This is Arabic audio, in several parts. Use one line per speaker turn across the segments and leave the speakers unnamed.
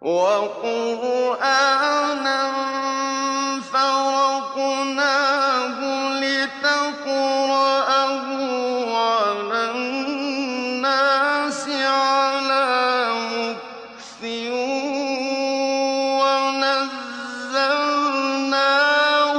وقرآنا فرقناه لتقرأه على الناس على مكث ونزلناه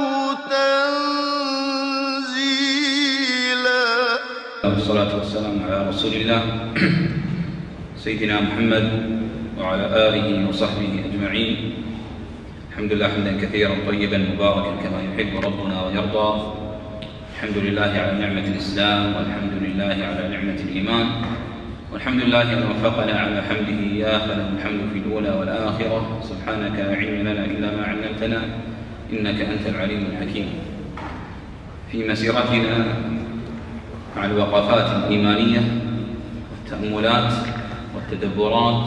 تنزيلا.
والصلاة والسلام على رسول الله سيدنا محمد وعلى آله وصحبه أجمعين. الحمد لله حمدا كثيرا طيبا مباركا كما يحب ربنا ويرضى. الحمد لله على نعمة الإسلام، والحمد لله على نعمة الإيمان، والحمد لله أن وفقنا على حمده إياه، فله الحمد في الأولى والآخرة. سبحانك لا علم لنا إلا ما علمتنا إنك أنت العليم الحكيم. في مسيرتنا مع الوقفات الإيمانية والتأملات والتدبرات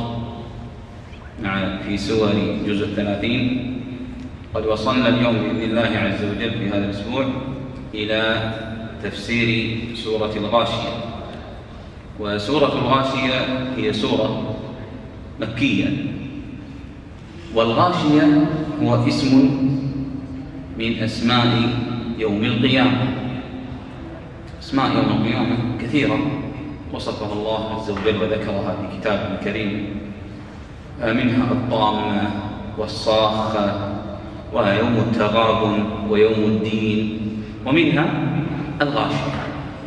في سور جزء 30 قد وصلنا اليوم بإذن الله عز وجل في هذا الأسبوع إلى تفسير سورة الغاشية. وسورة الغاشية هي سورة مكية، والغاشية هو اسم من أسماء يوم القيامة. أسماء يوم القيامة كثيرة وصفها الله عز وجل وذكرها في كتابه الكريم، منها الطامة والصاخة ويوم التغابن ويوم الدين، ومنها الغاشية.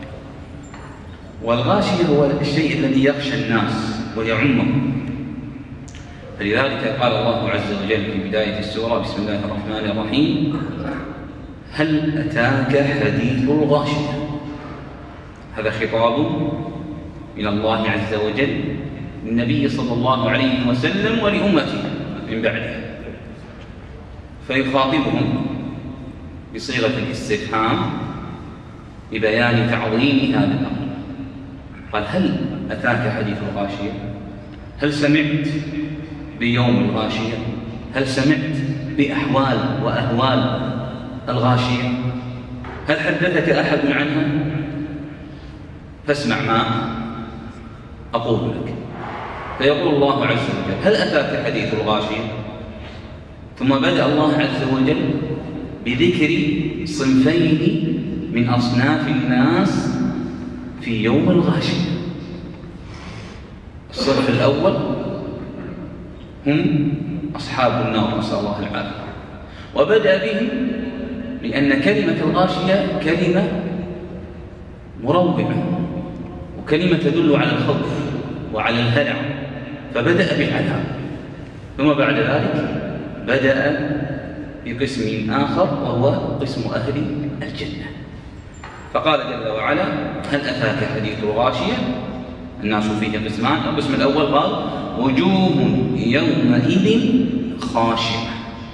والغاشية هو الشيء الذي يغشى الناس ويعمهم. فلذلك قال الله عز وجل في بداية السورة: بسم الله الرحمن الرحيم: هل أتاك حديث الغاشية. هذا خطاب من الله عز وجل للنبي صلى الله عليه وسلم ولأمته من بعده، فيخاطبهم بصيغة الاستفهام ببيان تعظيم هذا الأمر. قال: هل أتاك حديث الغاشية؟ هل سمعت بيوم الغاشية؟ هل سمعت بأحوال وأهوال الغاشية؟ هل حدثك أحد عنها؟ فاسمع ما أقول لك. فيقول الله عز وجل: هل أتاك حديث الغاشية؟ ثم بدأ الله عز وجل بذكر صنفين من أصناف الناس في يوم الغاشية. الصنف الأول هم أصحاب النار، نسأل الله العافية. وبدأ بهم لأن كلمة الغاشية كلمة مروعة، وكلمة تدل على الخوف وعلى الهلع، فبدأ بالعذاب. ثم بعد ذلك بدأ بقسم آخر وهو قسم أهل الجنة. فقال جل وعلا: هل أتاك حديث الغاشية؟ الناس فيه قسمان. القسم الأول قال: وجوه يومئذ خاشعة.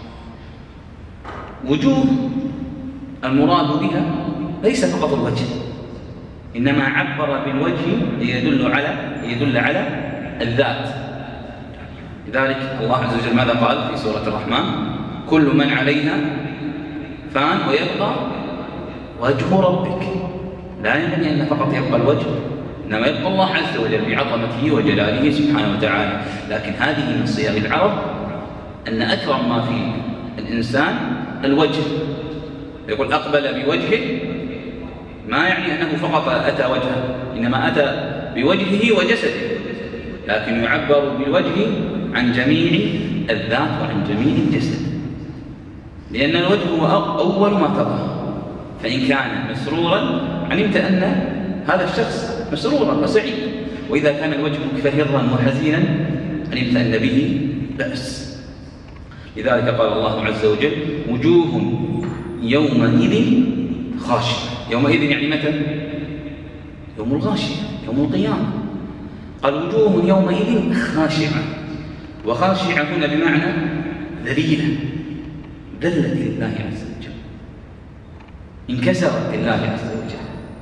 وجوه المراد بها ليس فقط الوجه، إنما عبر بالوجه ليدل على الذات. لذلك الله عز وجل ماذا قال في سورة الرحمن: كل من عليها فان ويبقى وجه ربك. لا يعني أن فقط يبقى الوجه، إنما يبقى الله عز وجل بعظمته وجلاله سبحانه وتعالى. لكن هذه من صيغ العرب أن أكرم ما في الإنسان الوجه. يقول: أقبل بوجهه، ما يعني أنه فقط أتى وجهه، إنما أتى بوجهه وجسده، لكن يعبر بالوجه عن جميع الذات وعن جميع الجسد، لأن الوجه هو أول ما تراه. فإن كان مسرورا علمت أن هذا الشخص مسرورا وسعيد، وإذا كان الوجه مكفهرا وحزينا علمت أن به بأس. لذلك قال الله عز وجل: وجوه يومئذ خاشعة. يومئذ يعني متى؟ يوم الغاشية، يوم القيامة. قال: وجوه يومئذ خاشعة. وخاشعة هنا بمعنى ذليلة، ذلت لله عز وجل، انكسرت لله عز وجل.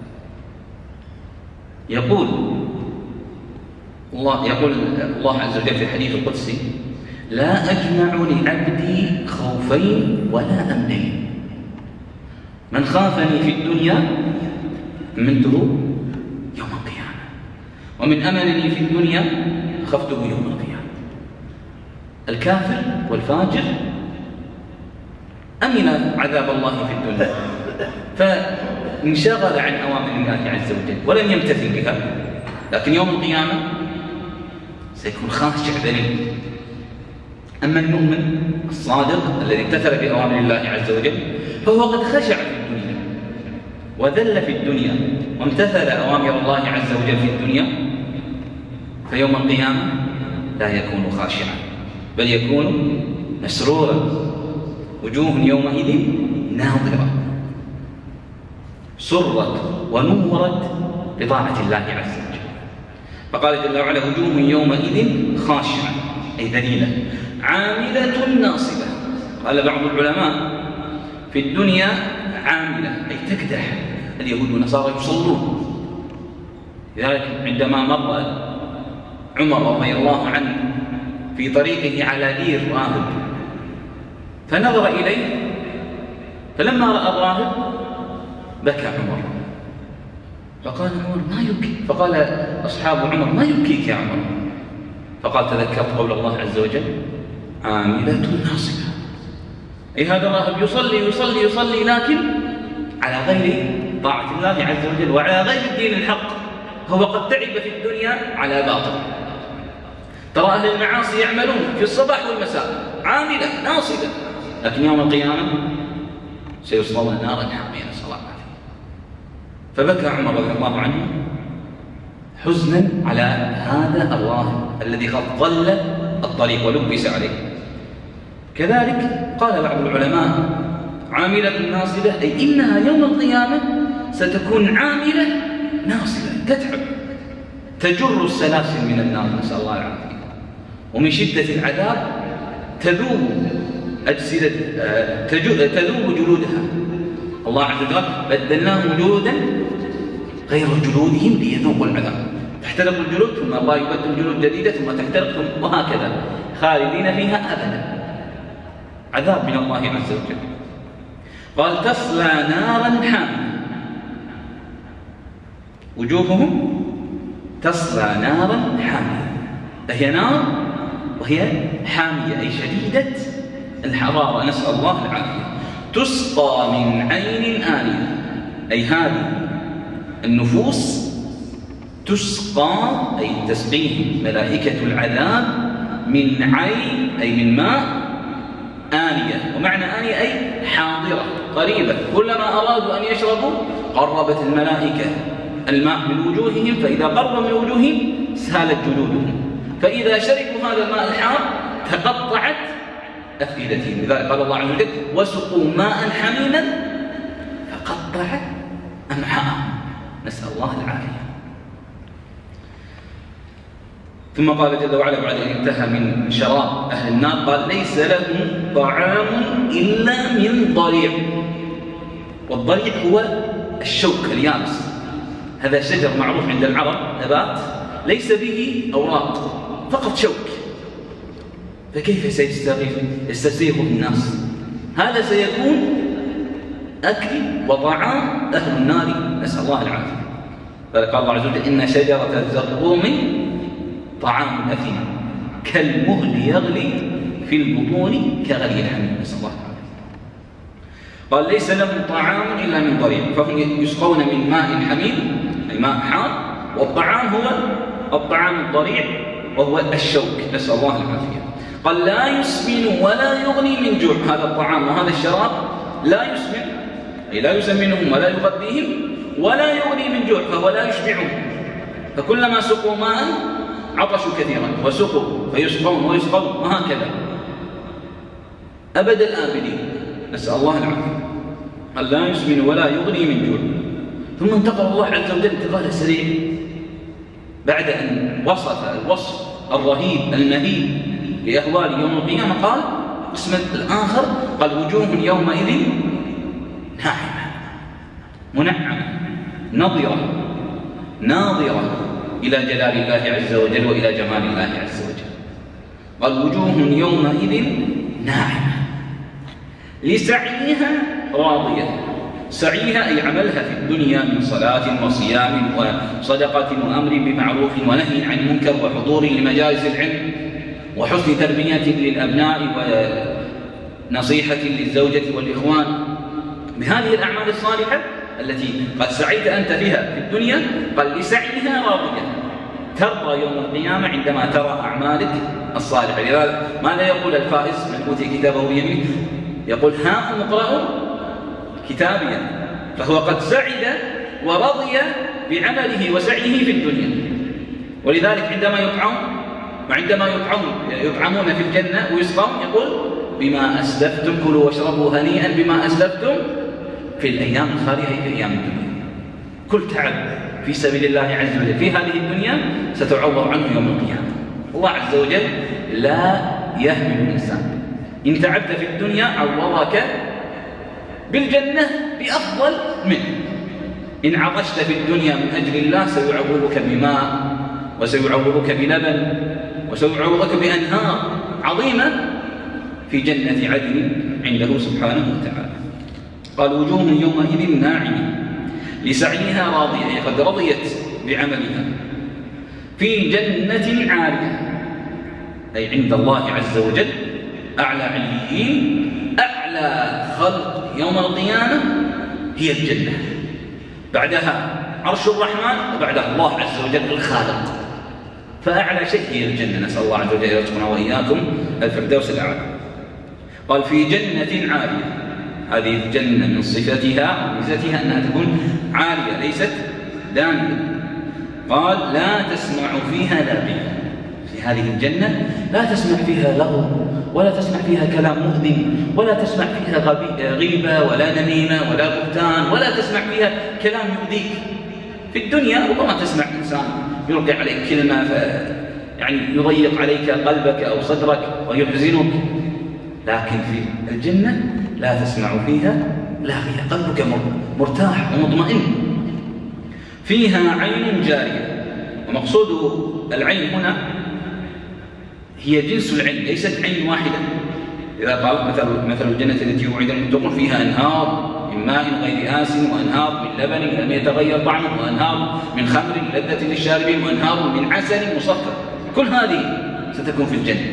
يقول الله عز وجل في الحديث القدسي: لا أجمع لعبدي خوفين ولا أمنين. من خافني في الدنيا أمنته يوم القيامة، ومن أمنني في الدنيا خفته يوم القيامة. الكافر والفاجر أمن عذاب الله في الدنيا فانشغل عن أوامر الله عز وجل ولم يمتثل بها، لكن يوم القيامة سيكون خاشع ذليل. أما المؤمن الصادق الذي امتثل بأوامر الله عز وجل فهو قد خشع في الدنيا وذل في الدنيا وامتثل أوامر الله عز وجل في الدنيا، فيوم القيامة لا يكون خاشعا بل يكون مسرورا، وجوه يومئذ ناظرة سرت ونورت بطاعة الله عز وجل. فقال جل وعلا وجوه يومئذ خاشعة أي ذليلة عاملة ناصبة. قال بعض العلماء في الدنيا عاملة أي تكدح، اليهود والنصارى يصلون، لذلك عندما مر عمر رضي الله عنه في طريقه على دير راهب فنظر إليه، فلما رأى الراهب بكى عمر، فقال عمر ما يبكي، فقال أصحاب عمر ما يبكيك يا عمر؟ فقال تذكرت قول الله عز وجل عاملة ناصبة، أي هذا الراهب يصلي يصلي يصلي لكن على غير طاعة الله عز وجل وعلى غير الدين الحق، هو قد تعب في الدنيا على باطل. ترى أهل المعاصي يعملون في الصباح والمساء عاملة ناصبة، لكن يوم القيامة سيصلون نارا حامية نسأل الله العافية. فبكى عمر رضي الله عنه حزنا على هذا الراهب الذي قد ضل الطريق ولبس عليه. كذلك قال بعض العلماء عاملة ناصبة أي إنها يوم القيامة ستكون عاملة ناصبة تتعب، تجر السلاسل من النار نسأل الله العافية، ومن شدة العذاب تذوب أجساد تذوب جلودها. الله عز وجل بدلناهم جلودا غير جلودهم ليذوقوا العذاب، تحترق الجلود ثم الله يبدل جلود جديدة ثم تحترق ثم وهكذا خالدين فيها أبدا، عذاب من الله عز وجل. قال تصلى نارا حامية، وجوههم تصلى نارا حامية، فهي نار وهي حامية أي شديدة الحرارة نسأل الله العافية. تسقى من عين آنية أي هذه النفوس تسقى أي تسقيهم ملائكة العذاب من عين أي من ماء آنية، ومعنى آنية أي حاضرة قريبة، كلما أرادوا أن يشربوا قربت الملائكة الماء من وجوههم، فإذا قرب من وجوههم سالت جلودهم، فإذا شربوا هذا الماء الحار تقطعت أفئدتهم. لذلك قال الله عز وجل وسقوا ماء حميما فقطع أمعاءهم نسأل الله العافية. ثم قال جل وعلا بعد أن انتهى من شراب أهل النار قال ليس لهم طعام إلا من ضريع، والضريع هو الشوك اليابس، هذا شجر معروف عند العرب نبات ليس به أوراق فقط شوك، فكيف سيستسيغه الناس؟ هذا سيكون أكل وطعام أهل النار نسأل الله العافية. فقال الله عز وجل إن شجرة الزقوم طعام أثيم كالمهل يغلي في البطون كغلي الحميم نسأل الله العافية. قال ليس لهم طعام إلا من ضريع، فهم يسقون من ماء حميم أي ماء حار، والطعام هو الطعام الضريع وهو الشوك نسأل الله العافية. قال لا يسمن ولا يغني من جوع، هذا الطعام وهذا الشراب لا يسمن أي لا يسمنهم ولا يغذيهم ولا يغني من جوع، فهو لا يشبعهم، فكلما سقوا ماء عطشوا كثيرا وسقوا فيسقون ويسقون وهكذا أبد الآبدين نسأل الله العافية. قال لا يسمن ولا يغني من جوع. ثم انتقل الله عز وجل انتقال سريع بعد أن وصف الوصف الرهيب المهيب لأهوال يوم القيامة، قال قسم الآخر قال وجوه يومئذ ناعمة منعمة نضرة ناظرة إلى جلال الله عز وجل وإلى جمال الله عز وجل. قال وجوه يومئذ ناعمة لسعيها راضية، سعيها أي عملها في الدنيا من صلاة وصيام وصدقة وأمر بمعروف ونهي عن منكر وحضور لمجالس العلم وحسن تربية للأبناء ونصيحة للزوجة والإخوان، بهذه الأعمال الصالحة التي قد سعيت أنت فيها في الدنيا، قال لسعيها راضية ترضى يوم القيامة عندما ترى أعمالك الصالحة. لذلك ماذا يقول الفائز من أوتي كتابه بيمينه؟ يقول هاؤم اقرأوا كتابيا، فهو قد سعد ورضي بعمله وسعيه في الدنيا. ولذلك عندما يطعمون في الجنة ويسقون يقول بما أسلفتم كلوا واشربوا هنيئا بما أسلفتم في الأيام الخالية، في أيام الدنيا. كل تعب في سبيل الله عز وجل في هذه الدنيا ستعوض عنه يوم القيامة. الله عز وجل لا يهمل الإنسان، إن تعبت في الدنيا عوضك بالجنة بأفضل منه. إن عطشت في الدنيا من أجل الله سيعوضك بماء، وسيعوضك بلبن، وسيعوضك بأنهار عظيمة في جنة عدن عنده سبحانه وتعالى. قال وجوه يومئذ ناعمة لسعيها راضية، أي قد رضيت بعملها في جنة عالية، أي عند الله عز وجل أعلى عليين، أعلى خلق يوم القيامة هي الجنة، بعدها عرش الرحمن، وبعدها الله عز وجل الخالق، فأعلى شيء هي الجنة. نسأل الله عز وجل يرزقنا وإياكم الفردوس الأعلى. قال في جنة عالية، هذه الجنة من صفتها وميزتها أنها تكون عالية ليست دانية. قال لا تسمع فيها لاغية، في هذه الجنة لا تسمع فيها لغو، ولا تسمع فيها كلام مؤذن، ولا تسمع فيها غيبة ولا نميمة ولا بهتان، ولا تسمع فيها كلام يؤذيك. في الدنيا ربما تسمع إنسان يلقي عليك كلمة يعني يضيق عليك قلبك أو صدرك ويحزنك، لكن في الجنة لا تسمع فيها لاغية، قلبك مرتاح ومطمئن. فيها عين جارية، ومقصود العين هنا هي جنس العين، ليست عين واحدة. إذا قال مثل الجنة التي يوعد المتقون فيها أنهار من ماء غير آسن، وأنهار من لبن لم يتغير طعمه، وأنهار من خمر لذة للشاربين، وأنهار من عسل مصفى. كل هذه ستكون في الجنة.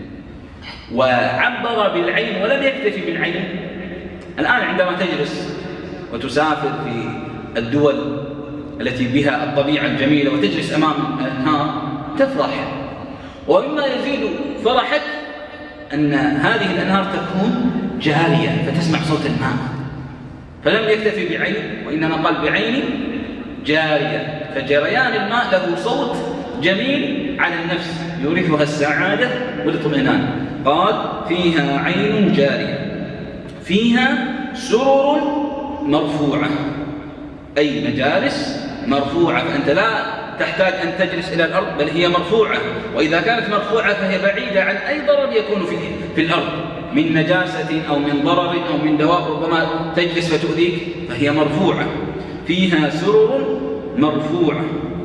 وعبر بالعين ولم يكتفي بالعين. الآن عندما تجلس وتسافر في الدول التي بها الطبيعة الجميلة وتجلس أمام الأنهار تفرح، ومما يزيد فرحك أن هذه الأنهار تكون جارية فتسمع صوت الماء، فلم يكتفي بعين وإنما قال بعين جارية، فجريان الماء له صوت جميل على النفس يورثها السعادة والاطمئنان. قال فيها عين جارية فيها سرر مرفوعة، أي مجالس مرفوعة، فأنت لا تحتاج أن تجلس إلى الأرض بل هي مرفوعة، وإذا كانت مرفوعة فهي بعيدة عن أي ضرر يكون في الأرض من نجاسة أو من ضرر أو من دواب ربما تجلس فتؤذيك، فهي مرفوعة. فيها سرر مرفوعة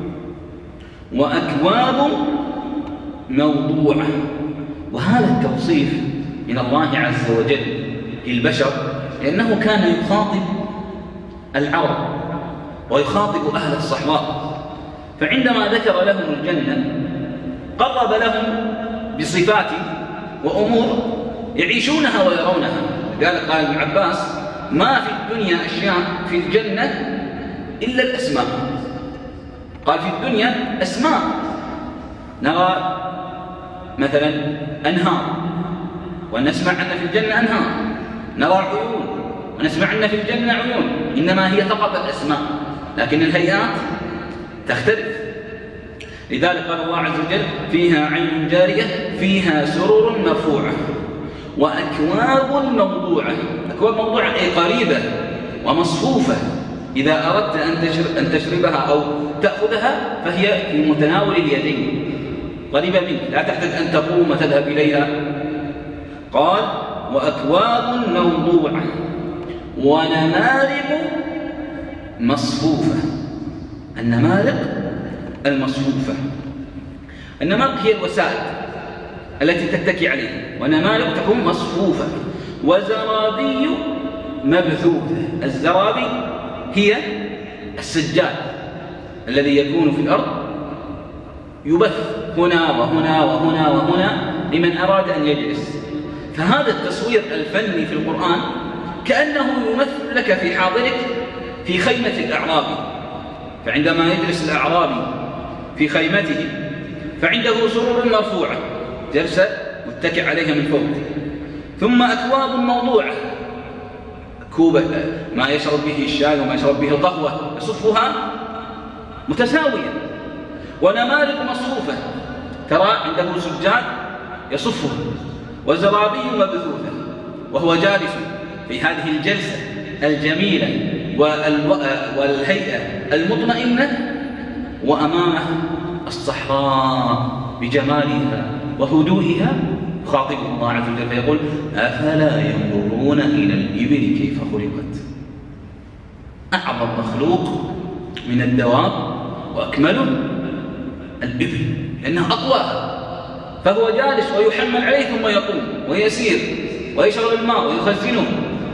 وأكواب موضوعة. وهذا التوصيف من الله عز وجل للبشر، لأنه كان يخاطب العرب ويخاطب أهل الصحراء، فعندما ذكر لهم الجنة قرب لهم بصفات وأمور يعيشونها ويرونها. لذلك قال ابن عباس ما في الدنيا أشياء في الجنة إلا الأسماء. قال في الدنيا أسماء، نرى مثلا أنهار ونسمع أن في الجنة أنهار، نرى عيون ونسمع أن في الجنة عيون، إنما هي فقط الأسماء، لكن الهيئات تختلف. لذلك قال الله عز وجل فيها عين جارية فيها سرر مرفوعة وأكواب موضوعة. أكواب موضوعة أي قريبة ومصفوفة، إذا أردت أن تشربها أو تأخذها فهي في متناول اليدين قريبة منك، لا تحتاج أن تقوم وتذهب إليها. قال وأكواب موضوعة ونمارق مصفوفة. النمارق المصفوفة، النمارق هي الوسائد التي تتكي عليها، ونمارق تكون مصفوفة. وزرابي مبثوثة، الزرابي هي السجاد الذي يكون في الأرض يبث هنا وهنا وهنا وهنا لمن أراد أن يجلس. فهذا التصوير الفني في القرآن كأنه يمثل لك في حاضرك في خيمة الأعرابي. فعندما يجلس الأعرابي في خيمته فعنده سرور مرفوعة جلسة متكئ عليها من فوق، ثم أكواب موضوعة، كوب ما يشرب به الشاي وما يشرب به القهوة يصفها متساوية، ونمارق مصفوفة ترى عنده سجاد يصفها، وزرابي مبثوثة، وهو جالس في هذه الجلسة الجميلة والهيئة المطمئنة، وأمامه الصحراء بجمالها وهدوئها، يخاطبه الله عز وجل فيقول: أفلا ينظرون إلى الإبل كيف خلقت. أعظم مخلوق من الدواب وأكمله الإبل، لأنها أقواها، فهو جالس ويحمل عليه ثم يقوم ويسير ويشرب الماء ويخزنه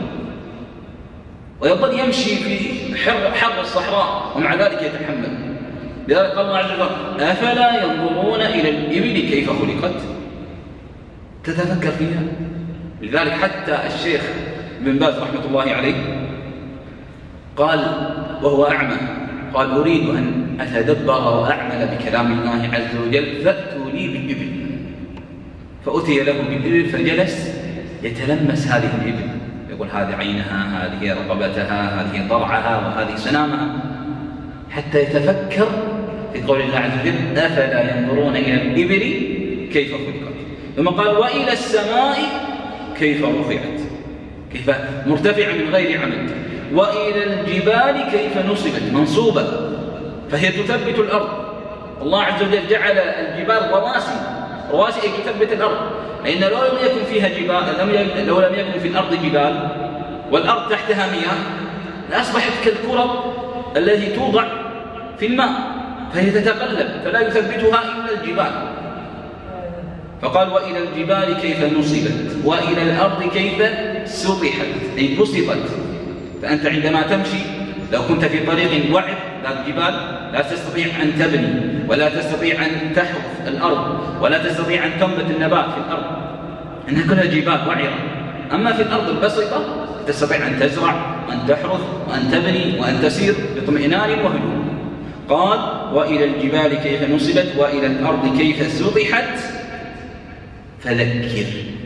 ويظل يمشي في حر الصحراء ومع ذلك يتحمل. لذلك قال الله عز وجل: أفلا ينظرون إلى الإبل كيف خلقت. تتفكر فيها. لذلك حتى الشيخ ابن باز رحمة الله عليه قال وهو أعمى، قال: أريد أن أتدبر وأعمل بكلام الله عز وجل فأتوا لي بالإبل. فأتي له بالإبل فجلس يتلمس هذه الإبل، يقول: هذه عينها، هذه رقبتها، هذه ضرعها، وهذه سنامها، حتى يتفكر في قول الله عز وجل: أفلا ينظرون إلى الإبل كيف خلقت. ثم قال: وإلى السماء كيف رفعت، كيف مرتفعة من غير عمد، وإلى الجبال كيف نصبت منصوبة فهي تثبت الأرض. الله عز وجل جعل الجبال رواسي تثبت الأرض، لأن لو لم يكن فيها جبال، لو لم يكن في الأرض جبال والأرض تحتها مياه لأصبحت كالكرة التي توضع في الماء فهي تتقلب فلا يثبتها إلا الجبال. فقال: وإلى الجبال كيف نصبت وإلى الأرض كيف سطحت، أي بسطت. فأنت عندما تمشي لو كنت في طريق وعر ذات جبال لا تستطيع أن تبني، ولا تستطيع أن تحرث الأرض، ولا تستطيع أن تنبت النبات في الأرض، إنها كلها جبال وعرة. أما في الأرض البسيطة تستطيع أن تزرع وأن تحرث وأن تبني وأن تسير باطمئنان وهدوء. قال: وإلى الجبال كيف نصبت وإلى الأرض كيف سطحت فذكر.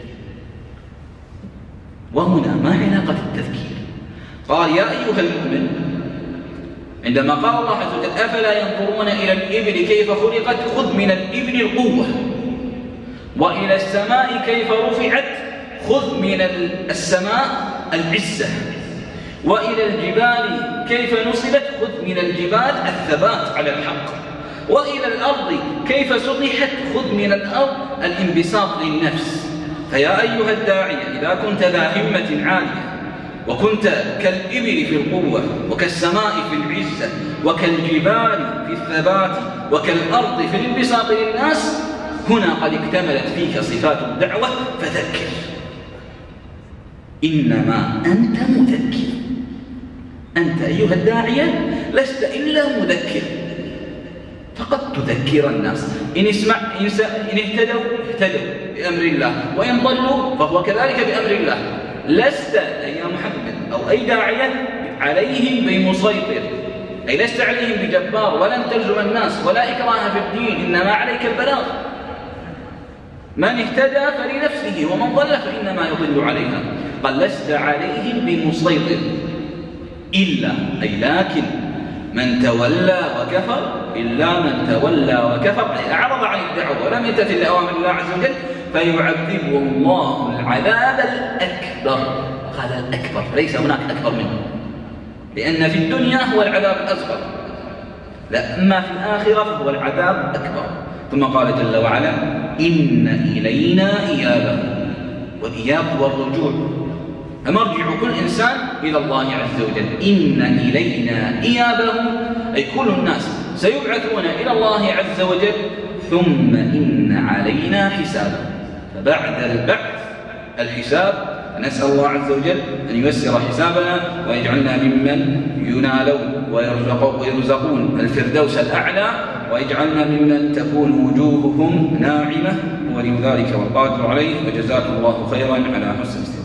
وهنا ما علاقة التذكير؟ قال: يا أيها المؤمن، عندما قال الله عز وجل: أفلا ينظرون إلى الإبل كيف خلقت، خذ من الإبل القوة، وإلى السماء كيف رفعت، خذ من السماء العزة، وإلى الجبال كيف نصبت، خذ من الجبال الثبات على الحق، وإلى الأرض كيف سطحت، خذ من الأرض الانبساط للنفس. فيا أيها الداعية، إذا كنت ذا همة عالية وكنت كالإبل في القوة وكالسماء في العزة وكالجبال في الثبات وكالأرض في الانبساط للناس، هنا قد اكتملت فيك صفات الدعوة فذكر. إنما أنت مذكر، أنت أيها الداعية لست إلا مذكر، فقد تذكر الناس. إن اهتدوا بأمر الله، وإن ضلوا فهو كذلك بأمر الله. لست يا محمد أو أي داعية عليهم بمسيطر، أي لست عليهم بجبار، ولن تلزم الناس، ولا إكراه في الدين، إنما عليك البلاغ. من اهتدى فلنفسه ومن ضل فإنما يضل عليها. قال: لست عليهم بمسيطر إلا، أي لكن، من تولى وكفر، إلا من تولى وكفر، أي أعرض عن الدعوة ولم يمتثل لأوامر الله عز وجل، فيعذبه الله العذاب الأكبر. قال الأكبر، ليس هناك أكبر منه، لأن في الدنيا هو العذاب الأصغر، لا، أما في الآخرة فهو العذاب أكبر. ثم قال جل وعلا: إن إلينا إيابهم. وإياب هو الرجوع، فمرجع كل إنسان إلى الله عز وجل. إن إلينا إيابهم، أي كل الناس سيبعثون إلى الله عز وجل، ثم إن علينا حسابهم. فبعد البعث الحساب، نسأل الله عز وجل أن ييسر حسابنا ويجعلنا ممن ينالون ويرزقون الفردوس الأعلى، ويجعلنا ممن تكون وجوههم ناعمة ولي ذلك والقادر عليه، وجزاكم الله خيرا على حسن الاستماع.